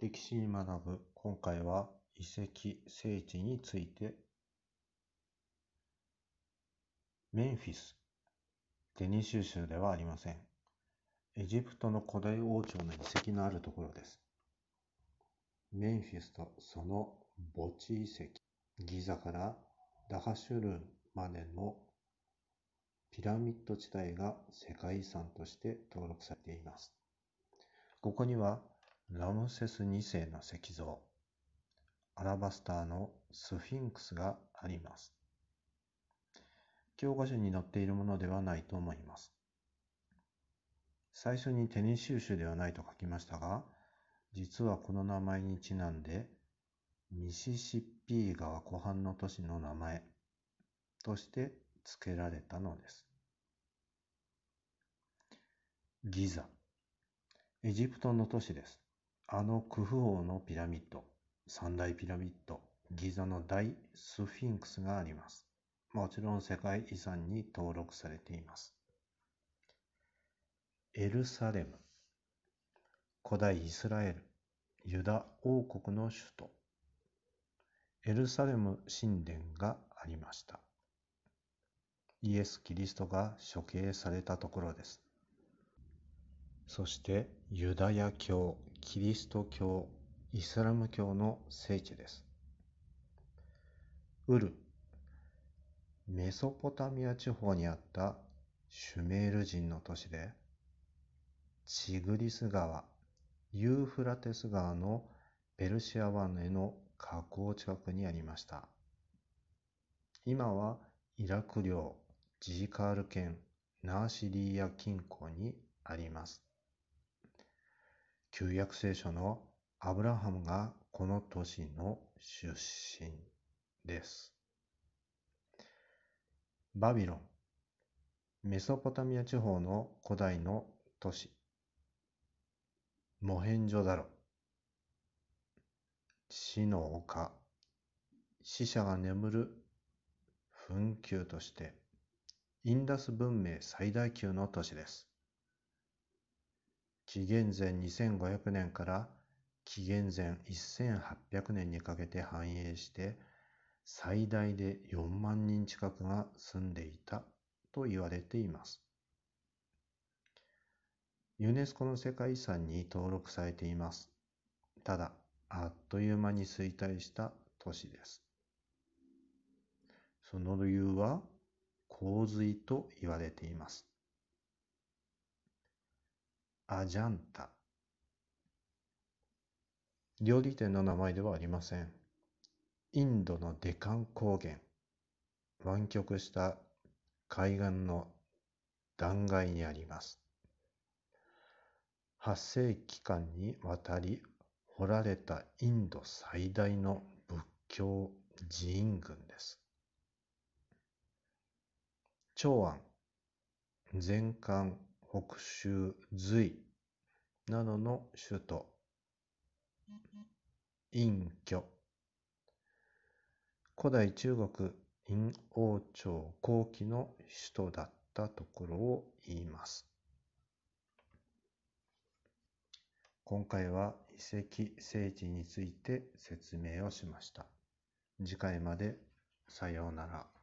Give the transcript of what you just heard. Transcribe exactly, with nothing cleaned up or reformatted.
歴史に学ぶ。今回は遺跡聖地について。メンフィス、デニシュ州ではありません。エジプトの古代王朝の遺跡のあるところです。メンフィスとその墓地遺跡、ギザからダハシュルンまでのピラミッド地帯が世界遺産として登録されています。ここにはラムセスにせいの石像、アラバスターのスフィンクスがあります。教科書に載っているものではないと思います。最初にテネシー州ではないと書きましたが、実はこの名前にちなんでミシシッピー川湖畔の都市の名前として付けられたのです。ギザ、エジプトの都市です。あのクフ王のピラミッド、三大ピラミッド、ギザの大スフィンクスがあります。もちろん世界遺産に登録されています。エルサレム、古代イスラエル、ユダ王国の首都。エルサレム神殿がありました。イエス・キリストが処刑されたところです。そしてユダヤ教、キリスト教、イスラム教の聖地です。ウル、メソポタミア地方にあったシュメール人の都市で、チグリス川、ユーフラテス川のペルシア湾への河口近くにありました。今はイラク領ジーカール県ナーシリーヤ近郊にあります。旧約聖書のアブラハムがこの都市の出身です。バビロン、メソポタミア地方の古代の都市。モヘンジョダロ、死の丘、死者が眠る墳丘としてインダス文明最大級の都市です。紀元前にせんごひゃくねんから紀元前せんはっぴゃくねんにかけて繁栄して最大でよんまんにん近くが住んでいたと言われています。ユネスコの世界遺産に登録されています。ただ、あっという間に衰退した都市です。その理由は洪水と言われています。アジャンタ、料理店の名前ではありません。インドのデカン高原、湾曲した海岸の断崖にあります。はっせいきかんにわたり掘られたインド最大の仏教寺院群です。長安、前漢、北州、隋などの首都。隠居、古代中国殷王朝後期の首都だったところを言います。今回は遺跡聖地について説明をしました。次回までさようなら。